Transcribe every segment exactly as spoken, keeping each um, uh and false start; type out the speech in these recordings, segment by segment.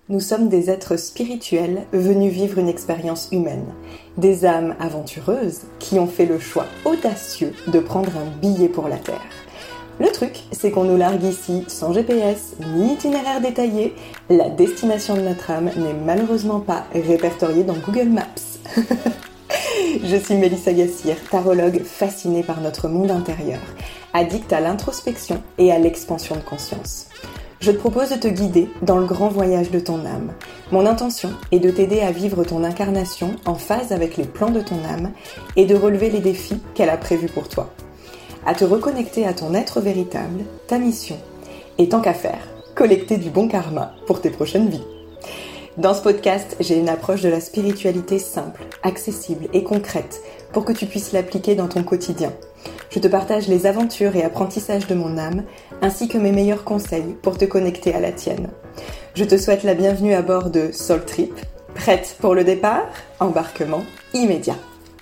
Nous sommes des êtres spirituels venus vivre une expérience humaine. Des âmes aventureuses qui ont fait le choix audacieux de prendre un billet pour la Terre. Le truc, c'est qu'on nous largue ici sans G P S ni itinéraire détaillé. La destination de notre âme n'est malheureusement pas répertoriée dans Google Maps. Je suis Mélissa Gassir, tarologue fascinée par notre monde intérieur, addicte à l'introspection et à l'expansion de conscience. Je te propose de te guider dans le grand voyage de ton âme. Mon intention est de t'aider à vivre ton incarnation en phase avec les plans de ton âme et de relever les défis qu'elle a prévus pour toi. À te reconnecter à ton être véritable, ta mission, et tant qu'à faire, collecter du bon karma pour tes prochaines vies. Dans ce podcast, j'ai une approche de la spiritualité simple, accessible et concrète pour que tu puisses l'appliquer dans ton quotidien. Je te partage les aventures et apprentissages de mon âme, ainsi que mes meilleurs conseils pour te connecter à la tienne. Je te souhaite la bienvenue à bord de Soul Trip. Prête pour le départ ? Embarquement immédiat.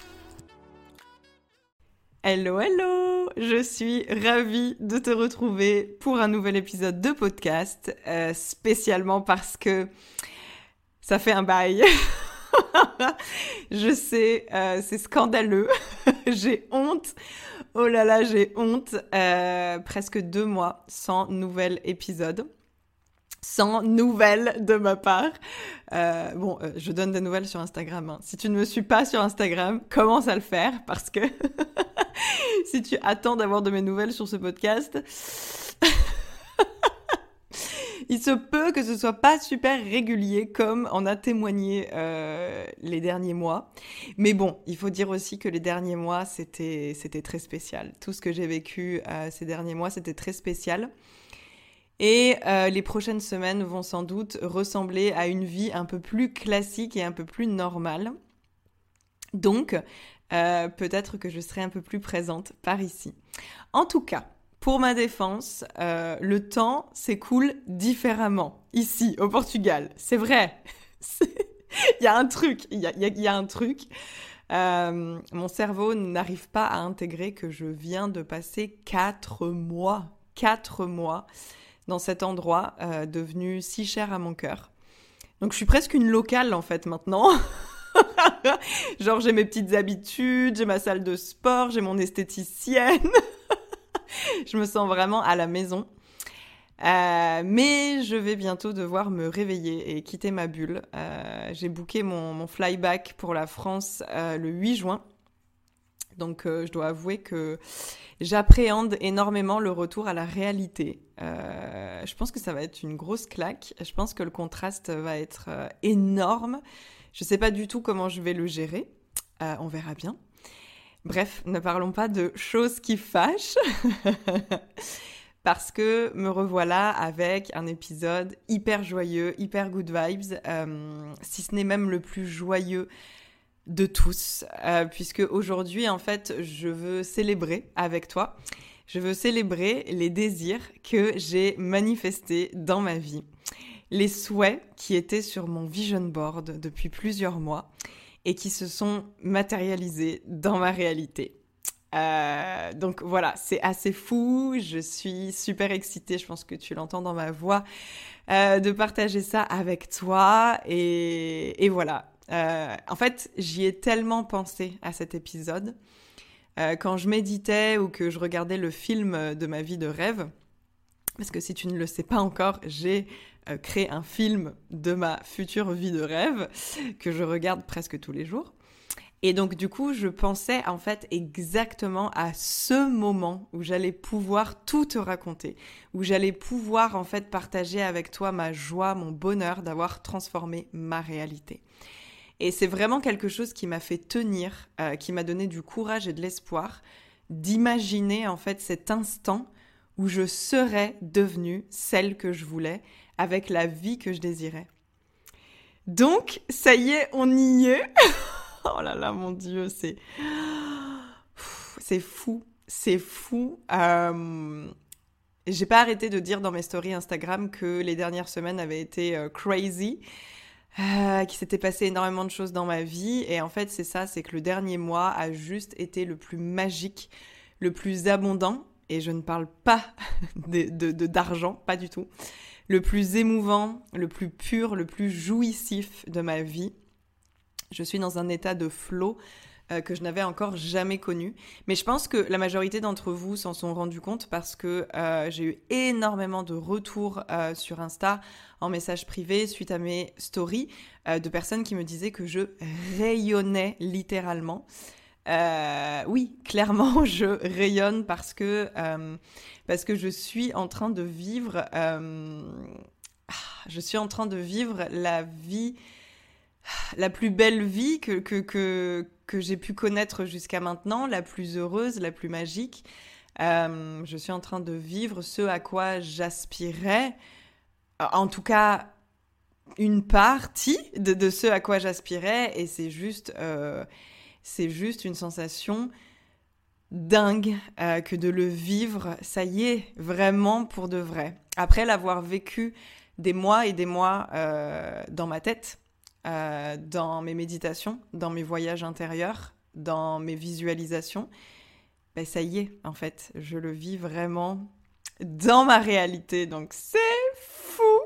Hello, hello! Je suis ravie de te retrouver pour un nouvel épisode de podcast, euh, spécialement parce que ça fait un bail. Je sais, euh, c'est scandaleux. J'ai honte. Oh là là, j'ai honte. Euh, presque deux mois sans nouvel épisode. Sans nouvelles de ma part. Euh, bon, euh, je donne des nouvelles sur Instagram. Hein. Si tu ne me suis pas sur Instagram, commence à le faire parce que si tu attends d'avoir de mes nouvelles sur ce podcast, il se peut que ce soit pas super régulier comme en a témoigné euh, les derniers mois. Mais bon, il faut dire aussi que les derniers mois, c'était, c'était très spécial. Tout ce que j'ai vécu euh, ces derniers mois, c'était très spécial. Et euh, les prochaines semaines vont sans doute ressembler à une vie un peu plus classique et un peu plus normale. Donc, euh, peut-être que je serai un peu plus présente par ici. En tout cas, pour ma défense, euh, le temps s'écoule différemment ici, au Portugal. C'est vrai. Il y a un truc. Il y a, il y a, il y a un truc. Euh, mon cerveau n'arrive pas à intégrer que je viens de passer quatre mois. Quatre mois dans cet endroit euh, devenu si cher à mon cœur. Donc, je suis presque une locale, en fait, maintenant. Genre, j'ai mes petites habitudes, j'ai ma salle de sport, j'ai mon esthéticienne. Je me sens vraiment à la maison. Euh, mais je vais bientôt devoir me réveiller et quitter ma bulle. Euh, j'ai booké mon, mon flyback pour la France euh, le huit juin. Donc, euh, je dois avouer que j'appréhende énormément le retour à la réalité. Euh, je pense que ça va être une grosse claque. Je pense que le contraste va être euh, énorme. Je ne sais pas du tout comment je vais le gérer. Euh, on verra bien. Bref, ne parlons pas de choses qui fâchent. Parce que me revoilà avec un épisode hyper joyeux, hyper good vibes. Euh, si ce n'est même le plus joyeux de tous, euh, puisque aujourd'hui, en fait, je veux célébrer avec toi. Je veux célébrer les désirs que j'ai manifestés dans ma vie, les souhaits qui étaient sur mon vision board depuis plusieurs mois et qui se sont matérialisés dans ma réalité. Euh, donc voilà, c'est assez fou, je suis super excitée, je pense que tu l'entends dans ma voix, euh, de partager ça avec toi et, et voilà. Euh, en fait, j'y ai tellement pensé à cet épisode euh, quand je méditais ou que je regardais le film de ma vie de rêve. Parce que si tu ne le sais pas encore, j'ai euh, créé un film de ma future vie de rêve que je regarde presque tous les jours. Et donc du coup, je pensais en fait exactement à ce moment où j'allais pouvoir tout te raconter, où j'allais pouvoir en fait partager avec toi ma joie, mon bonheur d'avoir transformé ma réalité. Et c'est vraiment quelque chose qui m'a fait tenir, euh, qui m'a donné du courage et de l'espoir d'imaginer en fait cet instant où je serais devenue celle que je voulais avec la vie que je désirais. Donc, ça y est, on y est. Oh là là, mon Dieu, c'est... C'est fou, c'est fou. Euh... J'ai pas arrêté de dire dans mes stories Instagram que les dernières semaines avaient été euh, crazy. Euh, qu'il s'était passé énormément de choses dans ma vie et en fait c'est ça, c'est que le dernier mois a juste été le plus magique, le plus abondant et je ne parle pas de, de, de, d'argent, pas du tout. le plus émouvant, le plus pur, le plus jouissif de ma vie. Je suis dans un état de flow euh, que je n'avais encore jamais connu. Mais je pense que la majorité d'entre vous s'en sont rendus compte parce que euh, j'ai eu énormément de retours euh, sur Insta, en message privé, suite à mes stories, euh, de personnes qui me disaient que je rayonnais littéralement. Euh, oui, clairement, je rayonne parce que, euh, parce que je suis en train de vivre... Euh, je suis en train de vivre la vie... la plus belle vie que, que, que, que j'ai pu connaître jusqu'à maintenant, la plus heureuse, la plus magique. Euh, je suis en train de vivre ce à quoi j'aspirais, en tout cas une partie de, de ce à quoi j'aspirais, et c'est juste, euh, c'est juste une sensation dingue euh, que de le vivre, ça y est, vraiment pour de vrai. Après l'avoir vécu des mois et des mois euh, dans ma tête, Euh, dans mes méditations, dans mes voyages intérieurs, dans mes visualisations, ben ça y est, en fait, je le vis vraiment dans ma réalité, donc c'est fou.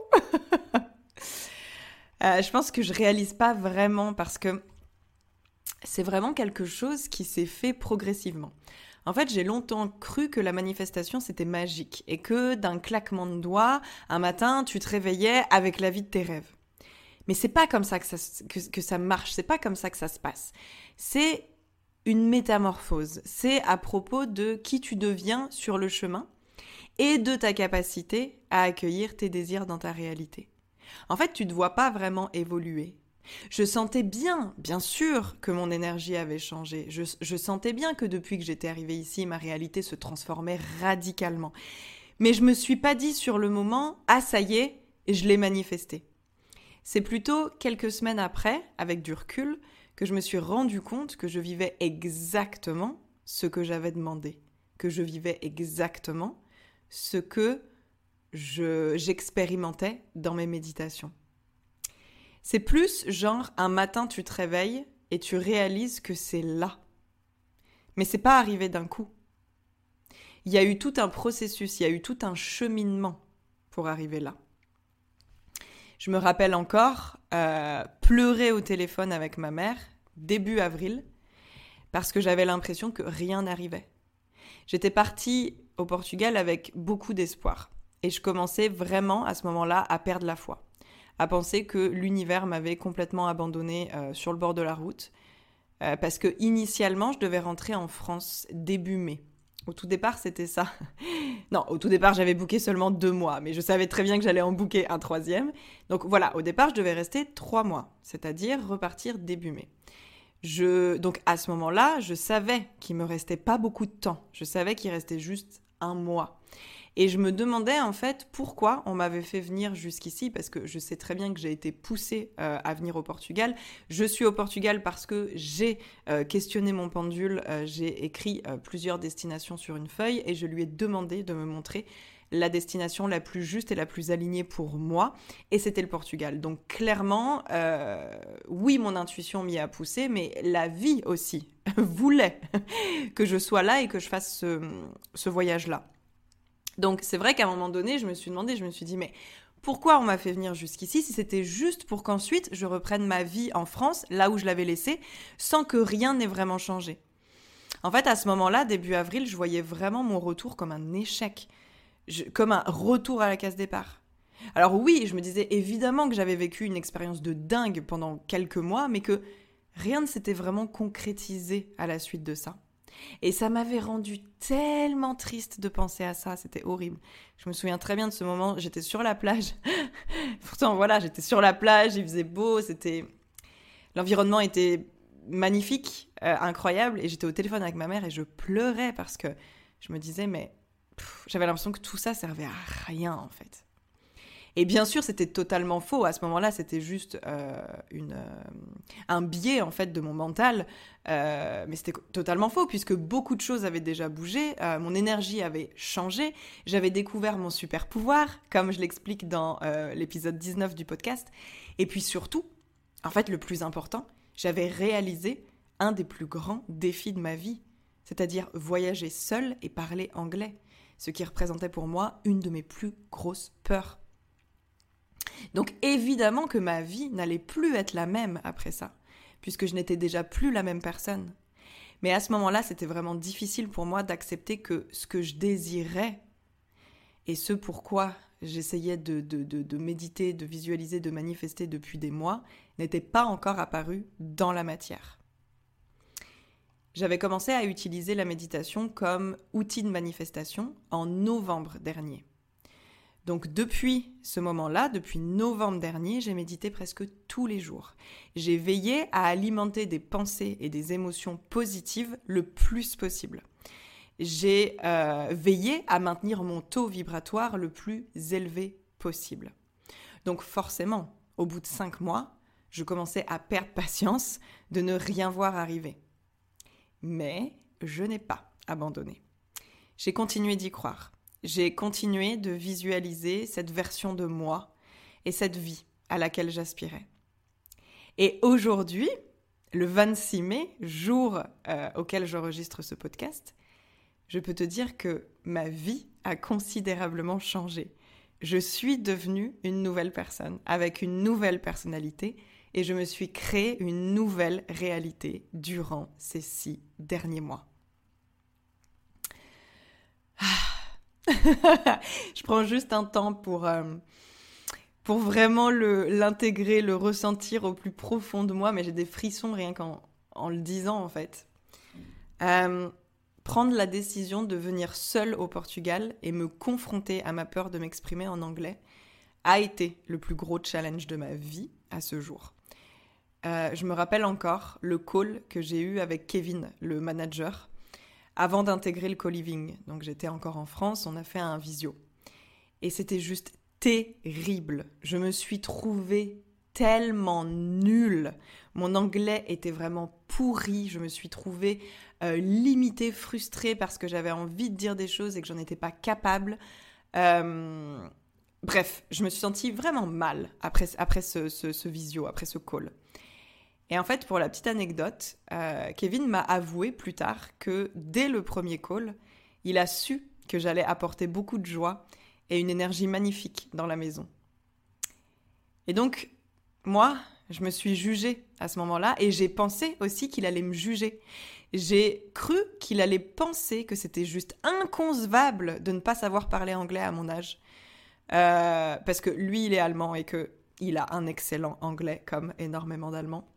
euh, je pense que je réalise pas vraiment parce que c'est vraiment quelque chose qui s'est fait progressivement. En fait, j'ai longtemps cru que la manifestation, c'était magique et que d'un claquement de doigts, un matin, tu te réveillais avec la vie de tes rêves. Mais c'est pas comme ça que ça, que, que ça marche, c'est pas comme ça que ça se passe. C'est une métamorphose, c'est à propos de qui tu deviens sur le chemin et de ta capacité à accueillir tes désirs dans ta réalité. En fait, tu ne te vois pas vraiment évoluer. Je sentais bien, bien sûr, que mon énergie avait changé. Je, je sentais bien que depuis que j'étais arrivée ici, ma réalité se transformait radicalement. Mais je me suis pas dit sur le moment, ah ça y est, je l'ai manifesté. C'est plutôt quelques semaines après, avec du recul, que je me suis rendu compte que je vivais exactement ce que j'avais demandé, que je vivais exactement ce que je, j'expérimentais dans mes méditations. C'est plus genre un matin tu te réveilles et tu réalises que c'est là. Mais c'est pas arrivé d'un coup. Il y a eu tout un processus, il y a eu tout un cheminement pour arriver là. Je me rappelle encore euh, pleurer au téléphone avec ma mère, début avril, parce que j'avais l'impression que rien n'arrivait. J'étais partie au Portugal avec beaucoup d'espoir. Et je commençais vraiment, à ce moment-là, à perdre la foi. À penser que l'univers m'avait complètement abandonnée euh, sur le bord de la route. Euh, parce que initialement, je devais rentrer en France début mai. Au tout départ, c'était ça. Non, au tout départ, j'avais booké seulement deux mois, mais je savais très bien que j'allais en booker un troisième. Donc voilà, au départ, je devais rester trois mois, c'est-à-dire repartir début mai. Je... Donc à ce moment-là, je savais qu'il me restait pas beaucoup de temps. Je savais qu'il restait juste un mois. Et je me demandais en fait pourquoi on m'avait fait venir jusqu'ici, parce que je sais très bien que j'ai été poussée euh, à venir au Portugal. Je suis au Portugal parce que j'ai euh, questionné mon pendule, euh, j'ai écrit euh, plusieurs destinations sur une feuille et je lui ai demandé de me montrer la destination la plus juste et la plus alignée pour moi, et c'était le Portugal. Donc clairement, euh, oui, mon intuition m'y a poussée, mais la vie aussi voulait que je sois là et que je fasse ce, ce voyage-là. Donc c'est vrai qu'à un moment donné, je me suis demandé, je me suis dit, mais pourquoi on m'a fait venir jusqu'ici si c'était juste pour qu'ensuite je reprenne ma vie en France, là où je l'avais laissée, sans que rien n'ait vraiment changé. En fait, à ce moment-là, début avril, je voyais vraiment mon retour comme un échec, je, comme un retour à la case départ. Alors oui, je me disais évidemment que j'avais vécu une expérience de dingue pendant quelques mois, mais que rien ne s'était vraiment concrétisé à la suite de ça. Et ça m'avait rendu tellement triste de penser à ça, c'était horrible. Je me souviens très bien de ce moment, j'étais sur la plage. Pourtant, voilà, j'étais sur la plage, il faisait beau, c'était... L'environnement était magnifique, euh, incroyable, et j'étais au téléphone avec ma mère et je pleurais parce que je me disais, mais pff, j'avais l'impression que tout ça servait à rien, en fait. Et bien sûr, c'était totalement faux. À ce moment-là, c'était juste euh, une, euh, un biais, en fait, de mon mental. Euh, mais c'était totalement faux, puisque beaucoup de choses avaient déjà bougé. Euh, mon énergie avait changé. J'avais découvert mon super pouvoir, comme je l'explique dans euh, l'épisode dix-neuf du podcast. Et puis surtout, en fait, le plus important, j'avais réalisé un des plus grands défis de ma vie. C'est-à-dire voyager seule et parler anglais. Ce qui représentait pour moi une de mes plus grosses peurs. Donc évidemment que ma vie n'allait plus être la même après ça, puisque je n'étais déjà plus la même personne. Mais à ce moment-là, c'était vraiment difficile pour moi d'accepter que ce que je désirais et ce pourquoi j'essayais de, de, de, de méditer, de visualiser, de manifester depuis des mois, n'était pas encore apparu dans la matière. J'avais commencé à utiliser la méditation comme outil de manifestation en novembre dernier. Donc depuis ce moment-là, depuis novembre dernier, j'ai médité presque tous les jours. J'ai veillé à alimenter des pensées et des émotions positives le plus possible. J'ai euh, veillé à maintenir mon taux vibratoire le plus élevé possible. Donc forcément, au bout de cinq mois, je commençais à perdre patience de ne rien voir arriver. Mais je n'ai pas abandonné. J'ai continué d'y croire. J'ai continué de visualiser cette version de moi et cette vie à laquelle j'aspirais. Et aujourd'hui, le vingt-six mai, jour euh, auquel j'enregistre ce podcast, je peux te dire que ma vie a considérablement changé. Je suis devenue une nouvelle personne, avec une nouvelle personnalité, et je me suis créé une nouvelle réalité durant ces six derniers mois. Je prends juste un temps pour, euh, pour vraiment le, l'intégrer, le ressentir au plus profond de moi, mais j'ai des frissons rien qu'en en le disant en fait. Euh, prendre la décision de venir seule au Portugal et me confronter à ma peur de m'exprimer en anglais a été le plus gros challenge de ma vie à ce jour. Euh, je me rappelle encore le call que j'ai eu avec Kevin, le manager, avant d'intégrer le co-living. Donc j'étais encore en France, on a fait un visio. Et c'était juste terrible. Je me suis trouvée tellement nulle. Mon anglais était vraiment pourri. Je me suis trouvée euh, limitée, frustrée parce que j'avais envie de dire des choses et que j'en étais pas capable. Euh, bref, je me suis sentie vraiment mal après, après ce, ce, ce visio, après ce call. Et en fait, pour la petite anecdote, euh, Kevin m'a avoué plus tard que dès le premier call, il a su que j'allais apporter beaucoup de joie et une énergie magnifique dans la maison. Et donc, moi, je me suis jugée à ce moment-là et j'ai pensé aussi qu'il allait me juger. J'ai cru qu'il allait penser que c'était juste inconcevable de ne pas savoir parler anglais à mon âge. Euh, parce que lui, il est allemand et qu'il a un excellent anglais, comme énormément d'Allemands.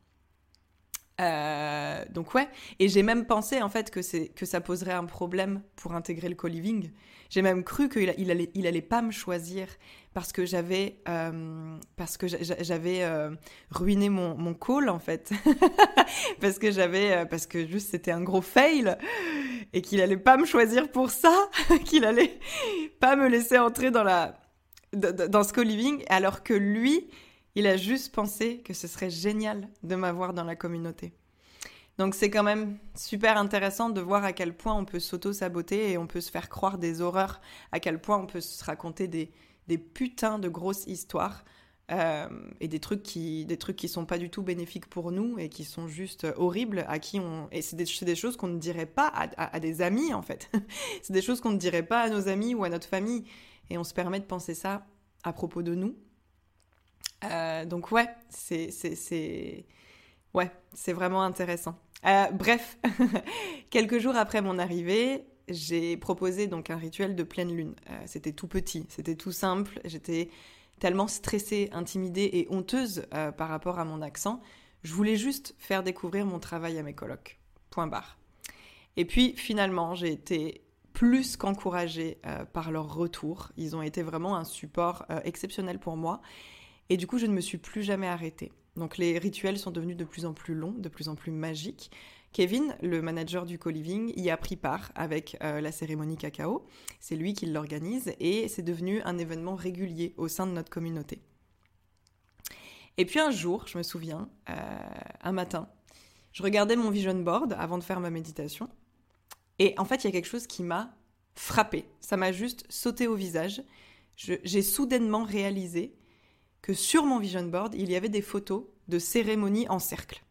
Euh, donc ouais, et j'ai même pensé en fait que, c'est, que ça poserait un problème pour intégrer le co-living. J'ai même cru qu'il il allait, il allait pas me choisir parce que j'avais, euh, parce que j'avais euh, ruiné mon, mon call en fait. parce que j'avais, euh, parce que juste c'était un gros fail et qu'il allait pas me choisir pour ça, qu'il allait pas me laisser entrer dans, la, dans ce co-living alors que lui... Il a juste pensé que ce serait génial de m'avoir dans la communauté. Donc c'est quand même super intéressant de voir à quel point on peut s'auto-saboter et on peut se faire croire des horreurs, à quel point on peut se raconter des, des putains de grosses histoires euh, et des trucs qui des trucs qui sont pas du tout bénéfiques pour nous et qui sont juste horribles, à qui on... Et c'est des, c'est des choses qu'on ne dirait pas à, à, à des amis, en fait. C'est des choses qu'on ne dirait pas à nos amis ou à notre famille. Et on se permet de penser ça à propos de nous. Euh, donc ouais, c'est, c'est, c'est... Ouais, c'est vraiment intéressant. Euh, bref, quelques jours après mon arrivée, j'ai proposé donc un rituel de pleine lune. Euh, c'était tout petit, c'était tout simple. J'étais tellement stressée, intimidée et honteuse euh, par rapport à mon accent. Je voulais juste faire découvrir mon travail à mes colocs. Point barre. Et puis finalement, j'ai été plus qu'encouragée euh, par leur retour. Ils ont été vraiment un support euh, exceptionnel pour moi. Et du coup, je ne me suis plus jamais arrêtée. Donc les rituels sont devenus de plus en plus longs, de plus en plus magiques. Kevin, le manager du co-living, y a pris part avec euh, la cérémonie cacao. C'est lui qui l'organise et c'est devenu un événement régulier au sein de notre communauté. Et puis un jour, je me souviens, euh, un matin, je regardais mon vision board avant de faire ma méditation. Et en fait, il y a quelque chose qui m'a frappée. Ça m'a juste sauté au visage. Je, j'ai soudainement réalisé que sur mon vision board, il y avait des photos de cérémonies en cercle.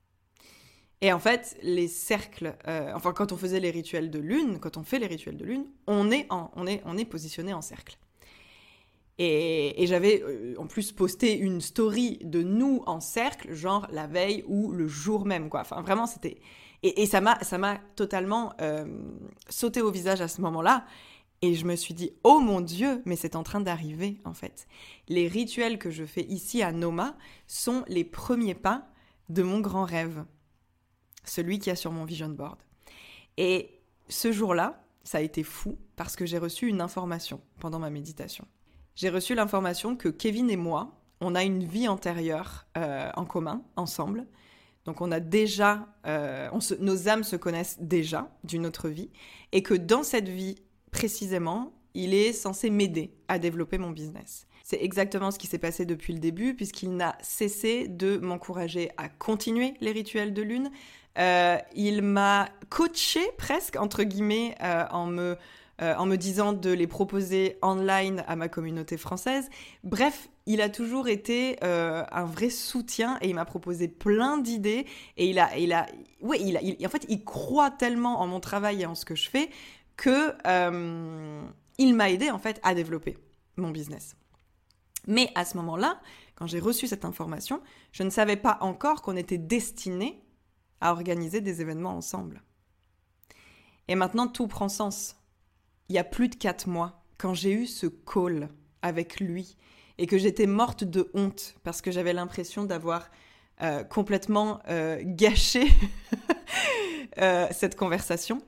Et en fait, les cercles, euh, enfin quand on faisait les rituels de lune, quand on fait les rituels de lune, on est, en, on est, on est positionné en cercle. Et, et j'avais euh, en plus posté une story de nous en cercle, genre la veille ou le jour même, quoi. Enfin, vraiment, c'était... Et, et ça m'a, ça m'a totalement euh, sauté au visage à ce moment-là. Et je me suis dit, oh mon Dieu, mais c'est en train d'arriver, en fait. Les rituels que je fais ici à Noma sont les premiers pas de mon grand rêve. Celui qu'il y a sur mon vision board. Et ce jour-là, ça a été fou parce que j'ai reçu une information pendant ma méditation. J'ai reçu l'information que Kevin et moi, on a une vie antérieure euh, en commun, ensemble. Donc on a déjà, euh, on se, nos âmes se connaissent déjà d'une autre vie. Et que dans cette vie, précisément, il est censé m'aider à développer mon business. C'est exactement ce qui s'est passé depuis le début, puisqu'il n'a cessé de m'encourager à continuer les rituels de lune. Euh, il m'a coaché presque, entre guillemets, euh, en me... Euh, en me disant de les proposer online à ma communauté française. Bref, il a toujours été euh, un vrai soutien et il m'a proposé plein d'idées. Et il a, il a, ouais, il a, il, en fait, il croit tellement en mon travail et en ce que je fais que euh, il m'a aidé en fait à développer mon business. Mais à ce moment-là, quand j'ai reçu cette information, je ne savais pas encore qu'on était destinés à organiser des événements ensemble. Et maintenant, tout prend sens. Il y a plus de quatre mois, quand j'ai eu ce call avec lui et que j'étais morte de honte parce que j'avais l'impression d'avoir euh, complètement euh, gâché euh, cette conversation,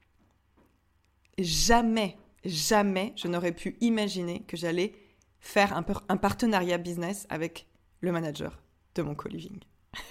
jamais, jamais je n'aurais pu imaginer que j'allais faire un, un partenariat business avec le manager de mon co-living.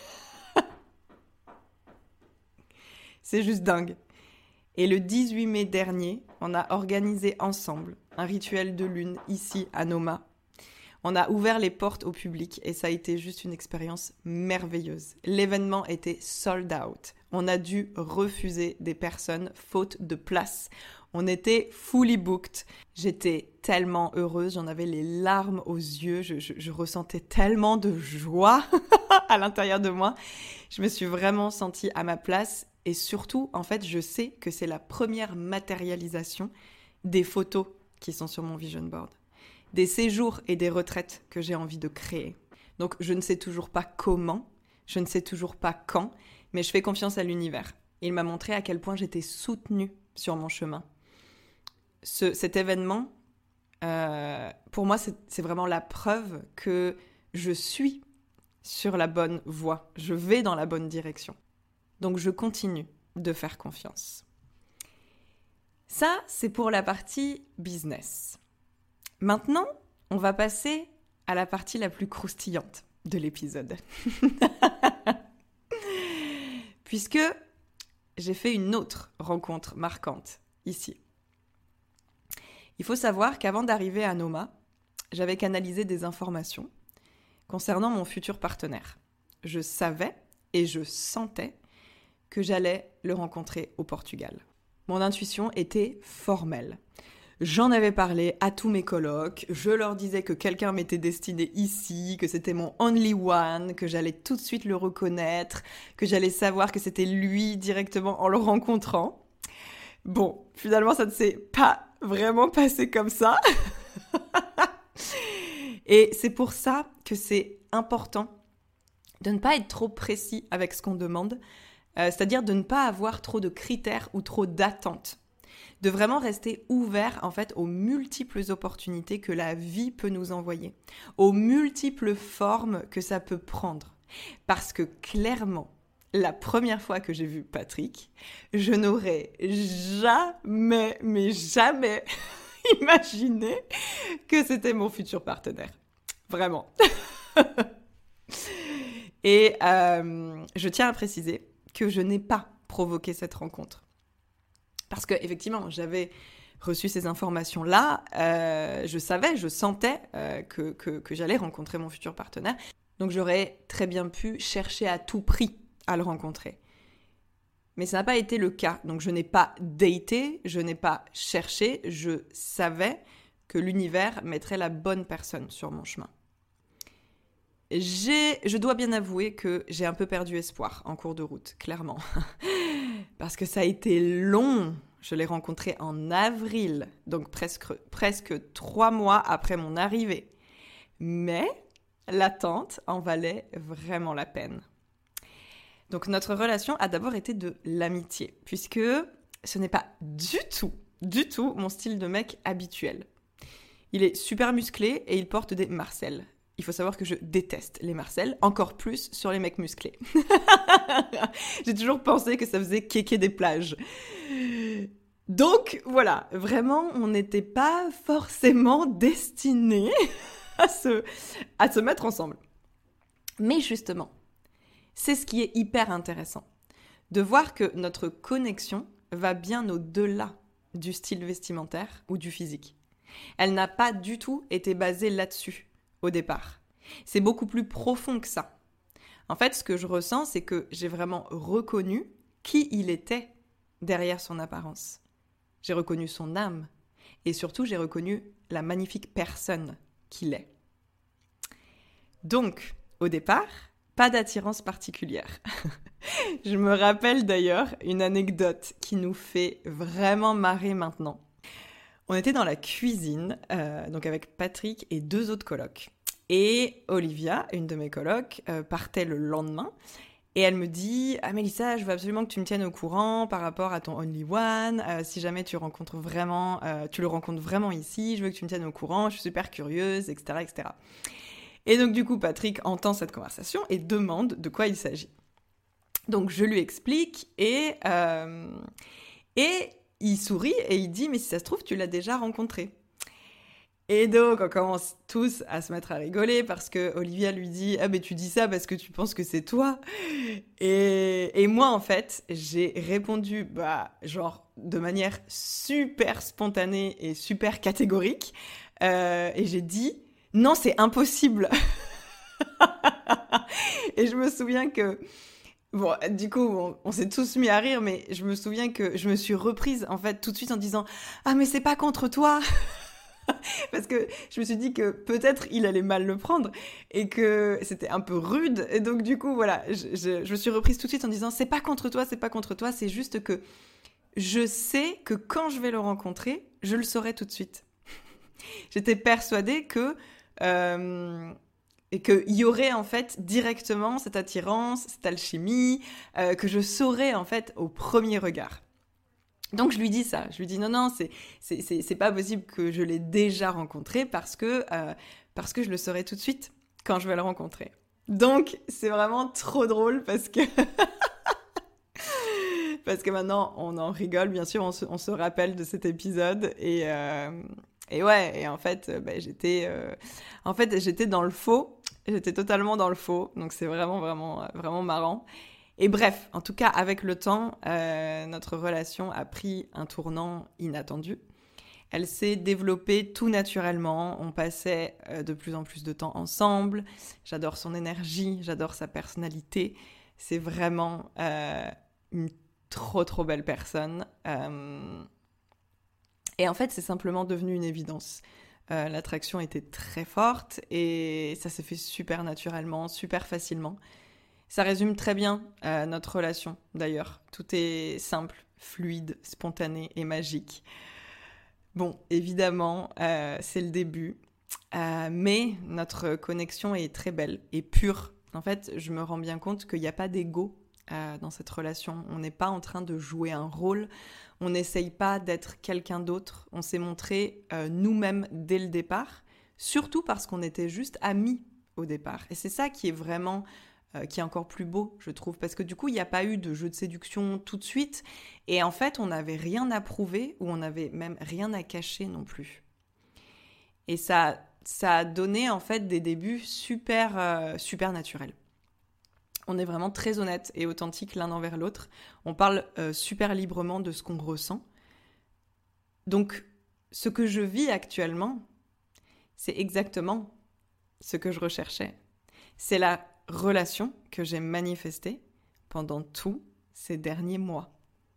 C'est juste dingue. Et le dix-huit mai dernier, on a organisé ensemble un rituel de lune ici à Noma. On a ouvert les portes au public et ça a été juste une expérience merveilleuse. L'événement était sold out. On a dû refuser des personnes faute de place. On était fully booked. J'étais tellement heureuse, j'en avais les larmes aux yeux, je, je, je ressentais tellement de joie à l'intérieur de moi. Je me suis vraiment sentie à ma place. Et surtout, en fait, je sais que c'est la première matérialisation des photos qui sont sur mon vision board. Des séjours et des retraites que j'ai envie de créer. Donc, je ne sais toujours pas comment, je ne sais toujours pas quand, mais je fais confiance à l'univers. Il m'a montré à quel point j'étais soutenue sur mon chemin. Ce, cet événement, euh, pour moi, c'est, c'est vraiment la preuve que je suis sur la bonne voie. Je vais dans la bonne direction. Donc, je continue de faire confiance. Ça, c'est pour la partie business. Maintenant, on va passer à la partie la plus croustillante de l'épisode. Puisque j'ai fait une autre rencontre marquante ici. Il faut savoir qu'avant d'arriver à Noma, j'avais canalisé des informations concernant mon futur partenaire. Je savais et je sentais que j'allais le rencontrer au Portugal. Mon intuition était formelle. J'en avais parlé à tous mes colocs, je leur disais que quelqu'un m'était destiné ici, que c'était mon only one, que j'allais tout de suite le reconnaître, que j'allais savoir que c'était lui directement en le rencontrant. Bon, finalement, ça ne s'est pas vraiment passé comme ça. Et c'est pour ça que c'est important de ne pas être trop précis avec ce qu'on demande, Euh, c'est-à-dire de ne pas avoir trop de critères ou trop d'attentes. De vraiment rester ouvert en fait aux multiples opportunités que la vie peut nous envoyer, aux multiples formes que ça peut prendre. Parce que clairement, la première fois que j'ai vu Patrick, je n'aurais jamais, mais jamais imaginé que c'était mon futur partenaire. Vraiment. Et euh, je tiens à préciser que je n'ai pas provoqué cette rencontre. Parce que effectivement, j'avais reçu ces informations-là, euh, je savais, je sentais euh, que, que, que j'allais rencontrer mon futur partenaire. Donc j'aurais très bien pu chercher à tout prix à le rencontrer. Mais ça n'a pas été le cas. Donc je n'ai pas daté, je n'ai pas cherché, je savais que l'univers mettrait la bonne personne sur mon chemin. J'ai, je dois bien avouer que j'ai un peu perdu espoir en cours de route, clairement. Parce que ça a été long, Je l'ai rencontré en avril, donc presque, presque trois mois après mon arrivée. Mais l'attente en valait vraiment la peine. Donc notre relation a d'abord été de l'amitié, puisque ce n'est pas du tout, du tout mon style de mec habituel. Il est super musclé et il porte des Marcel. Il faut savoir que je déteste les Marcel, encore plus sur les mecs musclés. J'ai toujours pensé que ça faisait kéké des plages. Donc voilà, vraiment, on n'était pas forcément destinés à se, à se mettre ensemble. Mais justement, c'est ce qui est hyper intéressant, de voir que notre connexion va bien au-delà du style vestimentaire ou du physique. Elle n'a pas du tout été basée là-dessus au départ. C'est beaucoup plus profond que ça. En fait, ce que je ressens, c'est que j'ai vraiment reconnu qui il était derrière son apparence. J'ai reconnu son âme et surtout, j'ai reconnu la magnifique personne qu'il est. Donc, au départ, pas d'attirance particulière. Je me rappelle d'ailleurs une anecdote qui nous fait vraiment marrer maintenant. On était dans la cuisine, euh, donc avec Patrick et deux autres colocs. Et Olivia, une de mes colocs, euh, partait le lendemain. Et elle me dit « Ah Mélissa, je veux absolument que tu me tiennes au courant par rapport à ton Only One. Euh, si jamais tu, rencontres vraiment, euh, tu le rencontres vraiment ici, je veux que tu me tiennes au courant. Je suis super curieuse, et cetera et cetera » Et donc du coup, Patrick entend cette conversation et demande de quoi il s'agit. Donc je lui explique et... Euh, et il sourit et il dit « Mais si ça se trouve, tu l'as déjà rencontré. » Et donc, on commence tous à se mettre à rigoler parce que Olivia lui dit « Ah, mais tu dis ça parce que tu penses que c'est toi. » Et, et moi, en fait, j'ai répondu, bah, genre, de manière super spontanée et super catégorique. Euh, et j'ai dit « Non, c'est impossible. » Et je me souviens que... Bon, du coup, on, on s'est tous mis à rire, mais je me souviens que je me suis reprise, en fait, tout de suite en disant « Ah, mais c'est pas contre toi !» Parce que je me suis dit que peut-être il allait mal le prendre et que c'était un peu rude. Et donc, du coup, voilà, je, je, je me suis reprise tout de suite en disant « C'est pas contre toi, c'est pas contre toi, c'est juste que je sais que quand je vais le rencontrer, je le saurai tout de suite. » J'étais persuadée que... Euh, et qu'il y aurait en fait directement cette attirance, cette alchimie, euh, que je saurais en fait au premier regard. Donc je lui dis ça, je lui dis non, non, c'est, c'est, c'est, c'est pas possible que je l'ai déjà rencontré parce que, euh, parce que je le saurai tout de suite quand je vais le rencontrer. Donc c'est vraiment trop drôle parce que... parce que maintenant on en rigole, bien sûr, on se, on se rappelle de cet épisode et... Euh... Et ouais, et en fait, bah, j'étais, euh... en fait, j'étais dans le faux. J'étais totalement dans le faux. Donc, c'est vraiment, vraiment, vraiment marrant. Et bref, en tout cas, avec le temps, euh, notre relation a pris un tournant inattendu. Elle s'est développée tout naturellement. On passait euh, de plus en plus de temps ensemble. J'adore son énergie, j'adore sa personnalité. C'est vraiment euh, une trop, trop belle personne. Euh... Et en fait, c'est simplement devenu une évidence. Euh, l'attraction était très forte et ça s'est fait super naturellement, super facilement. Ça résume très bien euh, notre relation, d'ailleurs. Tout est simple, fluide, spontané et magique. Bon, évidemment, euh, c'est le début, euh, mais notre connexion est très belle et pure. En fait, je me rends bien compte qu'il n'y a pas d'ego euh, dans cette relation. On n'est pas en train de jouer un rôle. On n'essaye pas d'être quelqu'un d'autre. On s'est montré euh, nous-mêmes dès le départ, surtout parce qu'on était juste amis au départ. Et c'est ça qui est vraiment, euh, qui est encore plus beau, je trouve, parce que du coup, il n'y a pas eu de jeu de séduction tout de suite. Et en fait, on n'avait rien à prouver ou on n'avait même rien à cacher non plus. Et ça, ça a donné en fait des débuts super, euh, super naturels. On est vraiment très honnête et authentique l'un envers l'autre. On parle euh, super librement de ce qu'on ressent. Donc, ce que je vis actuellement, c'est exactement ce que je recherchais. C'est la relation que j'ai manifestée pendant tous ces derniers mois.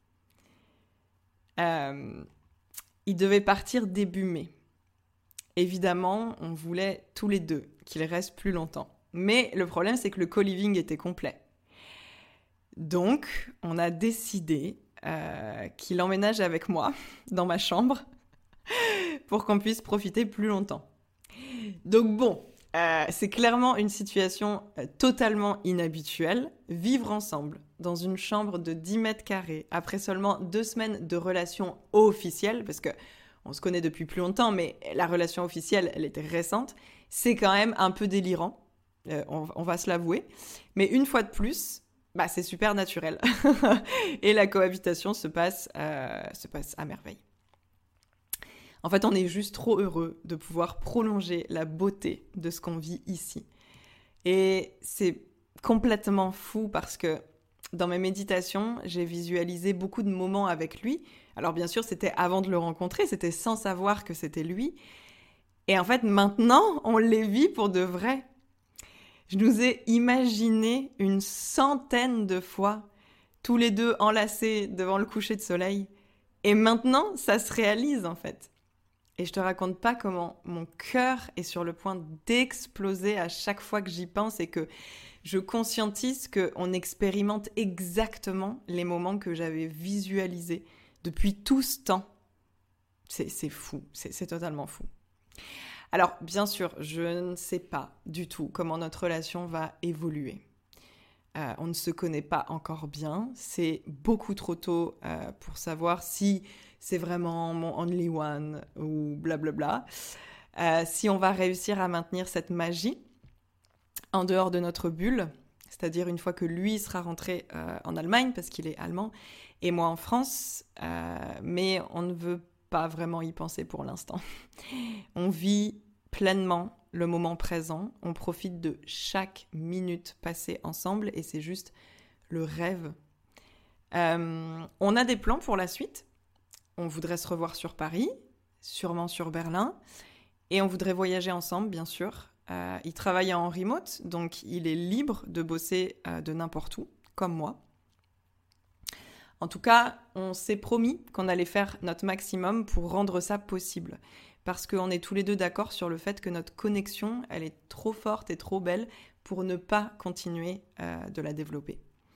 Euh, il devait partir début mai. Évidemment, on voulait tous les deux qu'il reste plus longtemps. Mais le problème, c'est que le co-living était complet. Donc, on a décidé euh, qu'il emménage avec moi dans ma chambre pour qu'on puisse profiter plus longtemps. Donc bon, euh, c'est clairement une situation euh, totalement inhabituelle. Vivre ensemble dans une chambre de dix mètres carrés après seulement deux semaines de relation officielle, parce que on se connaît depuis plus longtemps, mais la relation officielle, elle était récente, c'est quand même un peu délirant, euh, on, on va se l'avouer. Mais une fois de plus, bah, c'est super naturel. Et la cohabitation se passe, euh, se passe à merveille. En fait, on est juste trop heureux de pouvoir prolonger la beauté de ce qu'on vit ici. Et c'est complètement fou parce que dans mes méditations, j'ai visualisé beaucoup de moments avec lui. Alors bien sûr, c'était avant de le rencontrer, c'était sans savoir que c'était lui. Et en fait, maintenant, on les vit pour de vrai. Je nous ai imaginé une centaine de fois, tous les deux enlacés devant le coucher de soleil. Et maintenant, ça se réalise en fait. Et je te raconte pas comment mon cœur est sur le point d'exploser à chaque fois que j'y pense et que je conscientise qu'on expérimente exactement les moments que j'avais visualisés depuis tout ce temps. C'est, c'est fou, c'est, c'est totalement fou. Alors, bien sûr, je ne sais pas du tout comment notre relation va évoluer. Euh, on ne se connaît pas encore bien. C'est beaucoup trop tôt euh, pour savoir si c'est vraiment mon only one ou blablabla. Euh, si on va réussir à maintenir cette magie en dehors de notre bulle, c'est-à-dire une fois que lui sera rentré euh, en Allemagne, parce qu'il est allemand, et moi en France, euh, mais on ne veut pas vraiment y penser pour l'instant. On vit pleinement le moment présent, on profite de chaque minute passée ensemble et c'est juste le rêve. Euh, on a des plans pour la suite. On voudrait se revoir sur Paris, sûrement sur Berlin, et on voudrait voyager ensemble, bien sûr. Euh, il travaille en remote, donc il est libre de bosser euh, de n'importe où, comme moi. En tout cas, on s'est promis qu'on allait faire notre maximum pour rendre ça possible. Parce qu'on est tous les deux d'accord sur le fait que notre connexion, elle est trop forte et trop belle pour ne pas continuer euh, de la développer.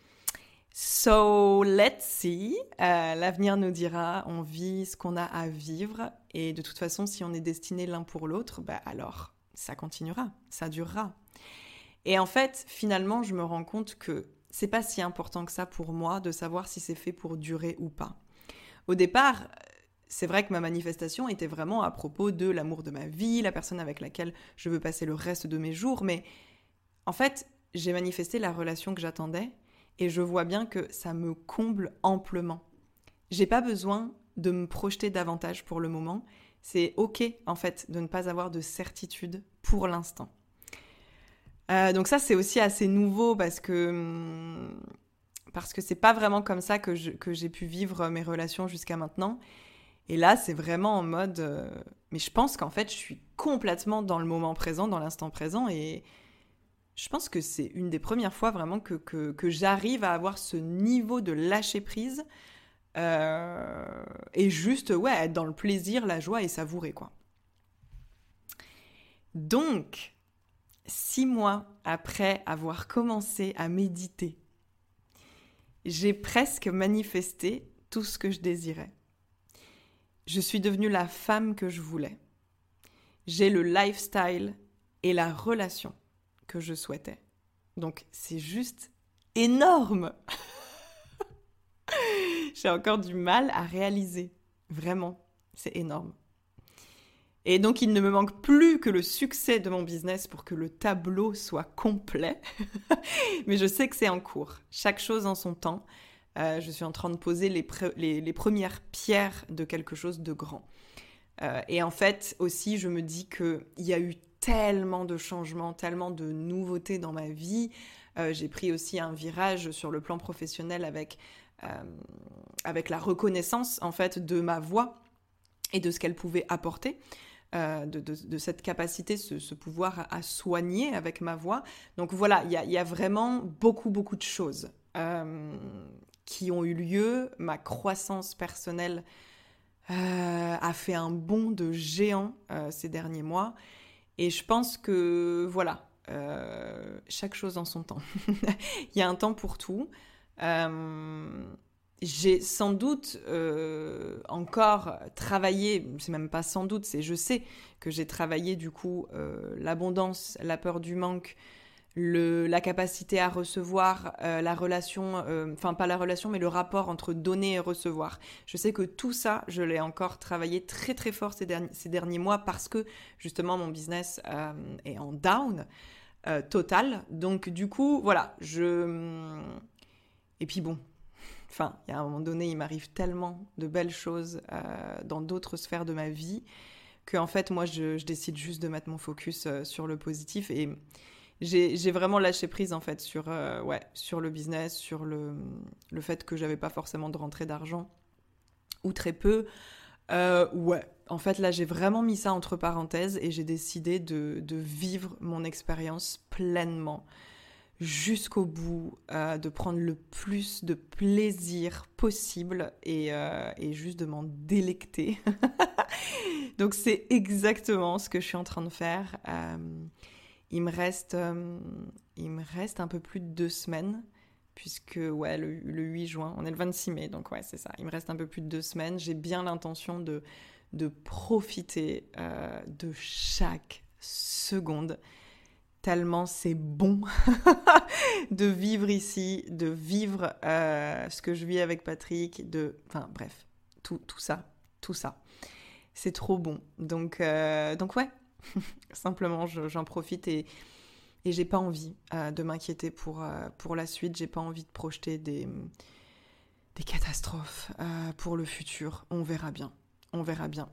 So, let's see. Euh, l'avenir nous dira, on vit ce qu'on a à vivre. Et de toute façon, si on est destinés l'un pour l'autre, bah alors, ça continuera, ça durera. Et en fait, finalement, je me rends compte que c'est pas si important que ça pour moi de savoir si c'est fait pour durer ou pas. Au départ, c'est vrai que ma manifestation était vraiment à propos de l'amour de ma vie, la personne avec laquelle je veux passer le reste de mes jours, mais en fait, j'ai manifesté la relation que j'attendais et je vois bien que ça me comble amplement. J'ai pas besoin de me projeter davantage pour le moment. C'est ok, en fait, de ne pas avoir de certitude pour l'instant. Euh, donc ça, c'est aussi assez nouveau parce que parce que c'est pas vraiment comme ça que, je, que j'ai pu vivre mes relations jusqu'à maintenant. Et là, c'est vraiment en mode... Euh, mais je pense qu'en fait, je suis complètement dans le moment présent, dans l'instant présent. Et je pense que c'est une des premières fois vraiment que, que, que j'arrive à avoir ce niveau de lâcher-prise. Euh, et juste, ouais, être dans le plaisir, la joie et savourer, quoi. Donc, six mois après avoir commencé à méditer, j'ai presque manifesté tout ce que je désirais. Je suis devenue la femme que je voulais. J'ai le lifestyle et la relation que je souhaitais. Donc, c'est juste énorme. J'ai encore du mal à réaliser. Vraiment, c'est énorme. Et donc, il ne me manque plus que le succès de mon business pour que le tableau soit complet. Mais je sais que c'est en cours. Chaque chose en son temps. Euh, je suis en train de poser les, pre- les, les premières pierres de quelque chose de grand. Euh, et en fait, aussi, je me dis qu'il y a eu tellement de changements, tellement de nouveautés dans ma vie. Euh, j'ai pris aussi un virage sur le plan professionnel avec, euh, avec la reconnaissance, en fait, de ma voix et de ce qu'elle pouvait apporter. Euh, de, de, de cette capacité, ce, ce pouvoir à, à soigner avec ma voix. Donc voilà, il y a, y a vraiment beaucoup, beaucoup de choses euh, qui ont eu lieu. Ma croissance personnelle euh, a fait un bond de géant euh, ces derniers mois. Et je pense que, voilà, euh, chaque chose en son temps. Il y a un temps pour tout. Euh, j'ai sans doute euh, encore travaillé, c'est même pas sans doute, c'est je sais que j'ai travaillé du coup euh, l'abondance, la peur du manque, le, la capacité à recevoir, euh, la relation, euh, enfin pas la relation, mais le rapport entre donner et recevoir. Je sais que tout ça, je l'ai encore travaillé très très fort ces derniers, ces derniers mois parce que justement mon business euh, est en down euh, total. Donc du coup, voilà, je... Et puis bon, enfin, il y a un moment donné, il m'arrive tellement de belles choses euh, dans d'autres sphères de ma vie que en fait, moi, je, je décide juste de mettre mon focus euh, sur le positif et J'ai, j'ai vraiment lâché prise en fait sur, euh, ouais, sur le business, sur le, le fait que j'avais pas forcément de rentrée d'argent ou très peu. Euh, ouais, en fait là j'ai vraiment mis ça entre parenthèses et j'ai décidé de, de vivre mon expérience pleinement jusqu'au bout, euh, de prendre le plus de plaisir possible et, euh, et juste de m'en délecter. Donc c'est exactement ce que je suis en train de faire. Euh, Il me reste, euh, il me reste un peu plus de deux semaines, puisque ouais, le, le huit juin, on est le vingt-six mai, donc ouais, c'est ça. Il me reste un peu plus de deux semaines. J'ai bien l'intention de, de profiter euh, de chaque seconde, tellement c'est bon de vivre ici, de vivre euh, ce que je vis avec Patrick, de, enfin bref, tout, tout ça, tout ça. C'est trop bon. Donc, euh, donc ouais. Simplement, je, j'en profite et, et j'ai pas envie euh, de m'inquiéter pour, euh, pour la suite. J'ai pas envie de projeter des, des catastrophes euh, pour le futur. On verra bien. On verra bien.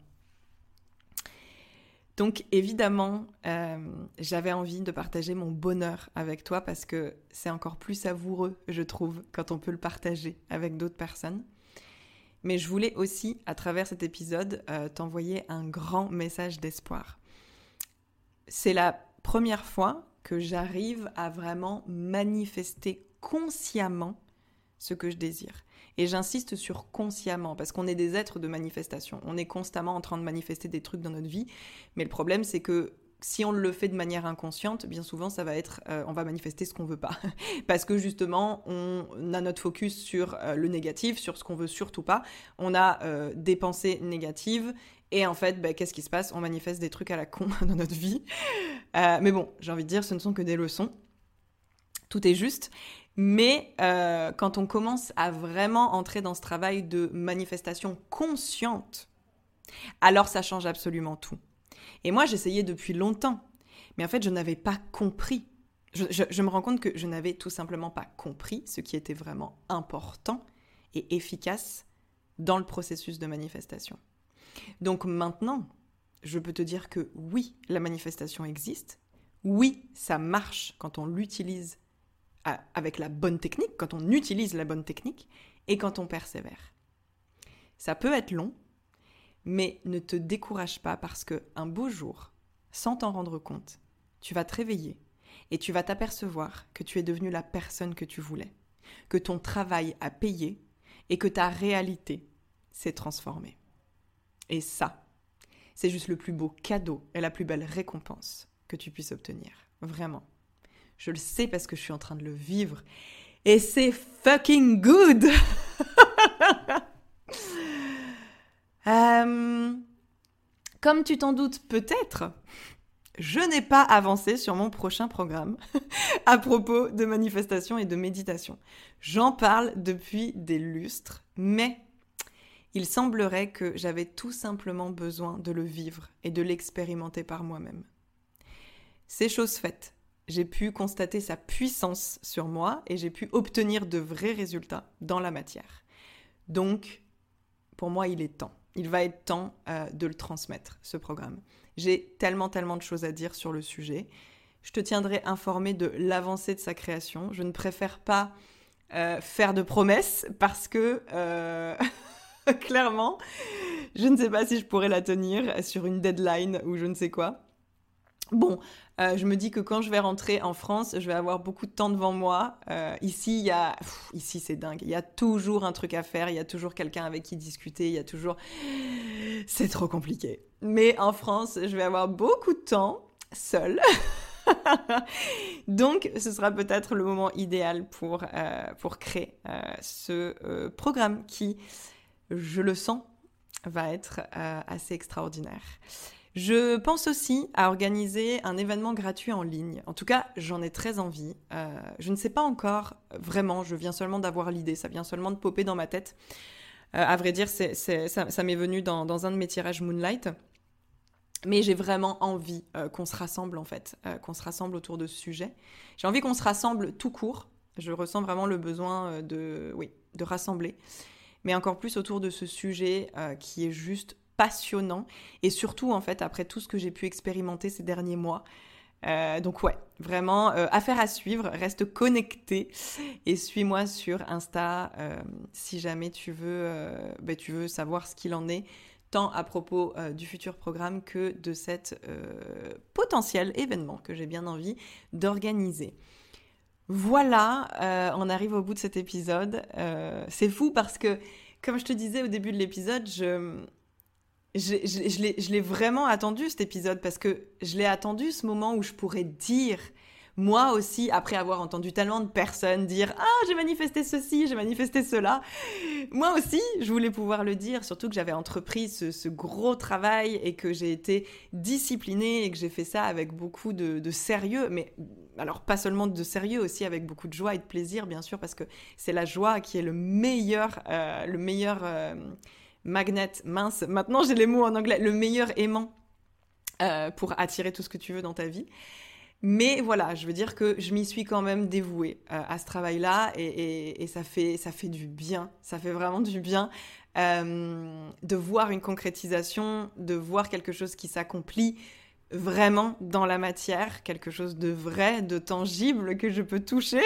Donc, évidemment, euh, j'avais envie de partager mon bonheur avec toi parce que c'est encore plus savoureux, je trouve, quand on peut le partager avec d'autres personnes. Mais je voulais aussi, à travers cet épisode, euh, t'envoyer un grand message d'espoir. C'est la première fois que j'arrive à vraiment manifester consciemment ce que je désire. Et j'insiste sur consciemment, parce qu'on est des êtres de manifestation. On est constamment en train de manifester des trucs dans notre vie. Mais le problème, c'est que si on le fait de manière inconsciente, bien souvent, ça va être, euh, on va manifester ce qu'on veut pas. Parce que justement, on a notre focus sur euh, le négatif, sur ce qu'on veut surtout pas. On a euh, des pensées négatives. Et en fait, bah, qu'est-ce qui se passe ? On manifeste des trucs à la con dans notre vie. Euh, mais bon, j'ai envie de dire, ce ne sont que des leçons. Tout est juste. Mais euh, quand on commence à vraiment entrer dans ce travail de manifestation consciente, alors ça change absolument tout. Et moi, j'essayais depuis longtemps. Mais en fait, je n'avais pas compris. Je, je, je me rends compte que je n'avais tout simplement pas compris ce qui était vraiment important et efficace dans le processus de manifestation. Donc maintenant, je peux te dire que oui, la manifestation existe. Oui, ça marche quand on l'utilise avec la bonne technique, quand on utilise la bonne technique et quand on persévère. Ça peut être long, mais ne te décourage pas parce qu'un beau jour, sans t'en rendre compte, tu vas te réveiller et tu vas t'apercevoir que tu es devenu la personne que tu voulais, que ton travail a payé et que ta réalité s'est transformée. Et ça, c'est juste le plus beau cadeau et la plus belle récompense que tu puisses obtenir. Vraiment. Je le sais parce que je suis en train de le vivre. Et c'est fucking good. euh, Comme tu t'en doutes peut-être, je n'ai pas avancé sur mon prochain programme à propos de manifestation et de méditation. J'en parle depuis des lustres, mais il semblerait que j'avais tout simplement besoin de le vivre et de l'expérimenter par moi-même. C'est chose faite. J'ai pu constater sa puissance sur moi et j'ai pu obtenir de vrais résultats dans la matière. Donc, pour moi, il est temps. Il va être temps euh, de le transmettre, ce programme. J'ai tellement, tellement de choses à dire sur le sujet. Je te tiendrai informé de l'avancée de sa création. Je ne préfère pas euh, faire de promesses parce que... Euh... Clairement, je ne sais pas si je pourrais la tenir sur une deadline ou je ne sais quoi. Bon, euh, je me dis que quand je vais rentrer en France, je vais avoir beaucoup de temps devant moi. Euh, ici, il y a, pff, ici c'est dingue. Il y a toujours un truc à faire. Il y a toujours quelqu'un avec qui discuter. Il y a toujours, c'est trop compliqué. Mais en France, je vais avoir beaucoup de temps seule. Donc, ce sera peut-être le moment idéal pour, euh, pour créer euh, ce euh, programme qui, je le sens, va être euh, assez extraordinaire. Je pense aussi à organiser un événement gratuit en ligne. En tout cas, j'en ai très envie. Euh, je ne sais pas encore vraiment, je viens seulement d'avoir l'idée, ça vient seulement de popper dans ma tête. Euh, à vrai dire, c'est, c'est, ça, ça m'est venu dans, dans un de mes tirages Moonlight. Mais j'ai vraiment envie euh, qu'on se rassemble en fait, euh, qu'on se rassemble autour de ce sujet. J'ai envie qu'on se rassemble tout court. Je ressens vraiment le besoin de, oui, de rassembler. Mais encore plus autour de ce sujet euh, qui est juste passionnant. Et surtout, en fait, après tout ce que j'ai pu expérimenter ces derniers mois. Euh, donc ouais, vraiment, euh, affaire à suivre. Reste connecté et suis-moi sur Insta euh, si jamais tu veux, euh, bah, tu veux savoir ce qu'il en est, tant à propos euh, du futur programme que de cet euh, potentiel événement que j'ai bien envie d'organiser. Voilà, euh, on arrive au bout de cet épisode. Euh, c'est fou parce que, comme je te disais au début de l'épisode, je, je, je, je, l'ai, je l'ai vraiment attendu cet épisode parce que je l'ai attendu ce moment où je pourrais dire, moi aussi, après avoir entendu tellement de personnes dire « Ah, j'ai manifesté ceci, j'ai manifesté cela », moi aussi, je voulais pouvoir le dire, surtout que j'avais entrepris ce, ce gros travail et que j'ai été disciplinée et que j'ai fait ça avec beaucoup de, de sérieux, mais alors pas seulement de sérieux, aussi avec beaucoup de joie et de plaisir, bien sûr, parce que c'est la joie qui est le meilleur, euh, le meilleur euh, magnet, mince, maintenant j'ai les mots en anglais, le meilleur aimant euh, pour attirer tout ce que tu veux dans ta vie. Mais voilà, je veux dire que je m'y suis quand même dévouée euh, à ce travail-là et, et, et ça fait, ça fait du bien, ça fait vraiment du bien euh, de voir une concrétisation, de voir quelque chose qui s'accomplit vraiment dans la matière, quelque chose de vrai, de tangible que je peux toucher.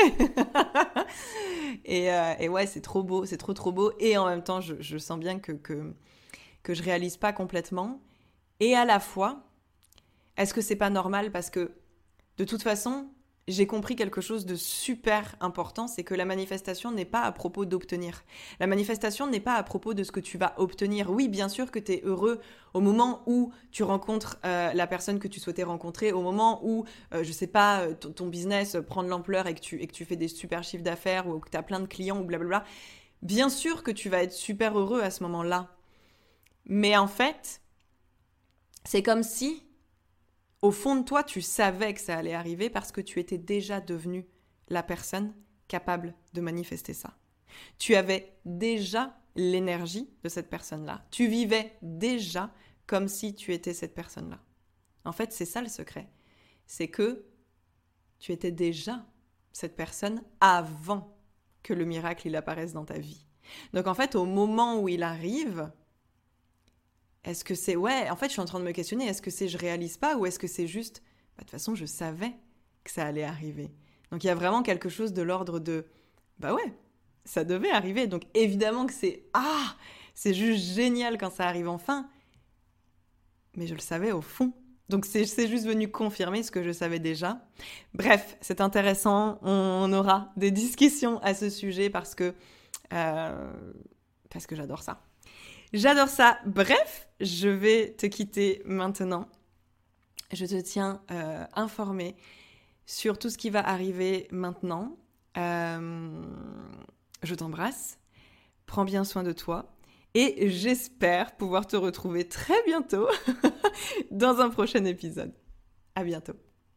et, euh, et ouais, c'est trop beau, c'est trop trop beau. Et en même temps, je, je sens bien que, que, que je réalise pas complètement. Et à la fois, est-ce que c'est pas normal parce que de toute façon, j'ai compris quelque chose de super important, c'est que la manifestation n'est pas à propos d'obtenir. La manifestation n'est pas à propos de ce que tu vas obtenir. Oui, bien sûr que tu es heureux au moment où tu rencontres euh, la personne que tu souhaitais rencontrer, au moment où, euh, je sais pas, ton, ton business prend de l'ampleur et que tu, et que tu fais des super chiffres d'affaires ou que tu as plein de clients ou blablabla. Bien sûr que tu vas être super heureux à ce moment-là. Mais en fait, c'est comme si au fond de toi, tu savais que ça allait arriver parce que tu étais déjà devenue la personne capable de manifester ça. Tu avais déjà l'énergie de cette personne-là. Tu vivais déjà comme si tu étais cette personne-là. En fait, c'est ça le secret. C'est que tu étais déjà cette personne avant que le miracle il apparaisse dans ta vie. Donc en fait, au moment où il arrive, est-ce que c'est... Ouais, en fait, je suis en train de me questionner. Est-ce que c'est je réalise pas ou est-ce que c'est juste... Bah, de toute façon, je savais que ça allait arriver. Donc, il y a vraiment quelque chose de l'ordre de... Bah ouais, ça devait arriver. Donc, évidemment que c'est... Ah, c'est juste génial quand ça arrive enfin. Mais je le savais au fond. Donc, c'est, c'est juste venu confirmer ce que je savais déjà. Bref, c'est intéressant. On aura des discussions à ce sujet parce que... Euh, parce que j'adore ça. J'adore ça. Bref, je vais te quitter maintenant. Je te tiens euh, informé sur tout ce qui va arriver maintenant. Euh, je t'embrasse. Prends bien soin de toi. Et j'espère pouvoir te retrouver très bientôt dans un prochain épisode. À bientôt.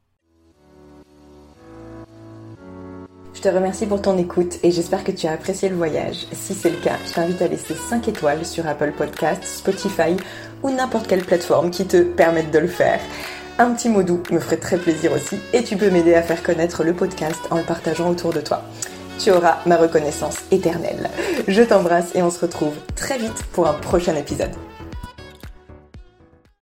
Je te remercie pour ton écoute et j'espère que tu as apprécié le voyage. Si c'est le cas, je t'invite à laisser cinq étoiles sur Apple Podcasts, Spotify ou n'importe quelle plateforme qui te permette de le faire. Un petit mot doux me ferait très plaisir aussi et tu peux m'aider à faire connaître le podcast en le partageant autour de toi. Tu auras ma reconnaissance éternelle. Je t'embrasse et on se retrouve très vite pour un prochain épisode.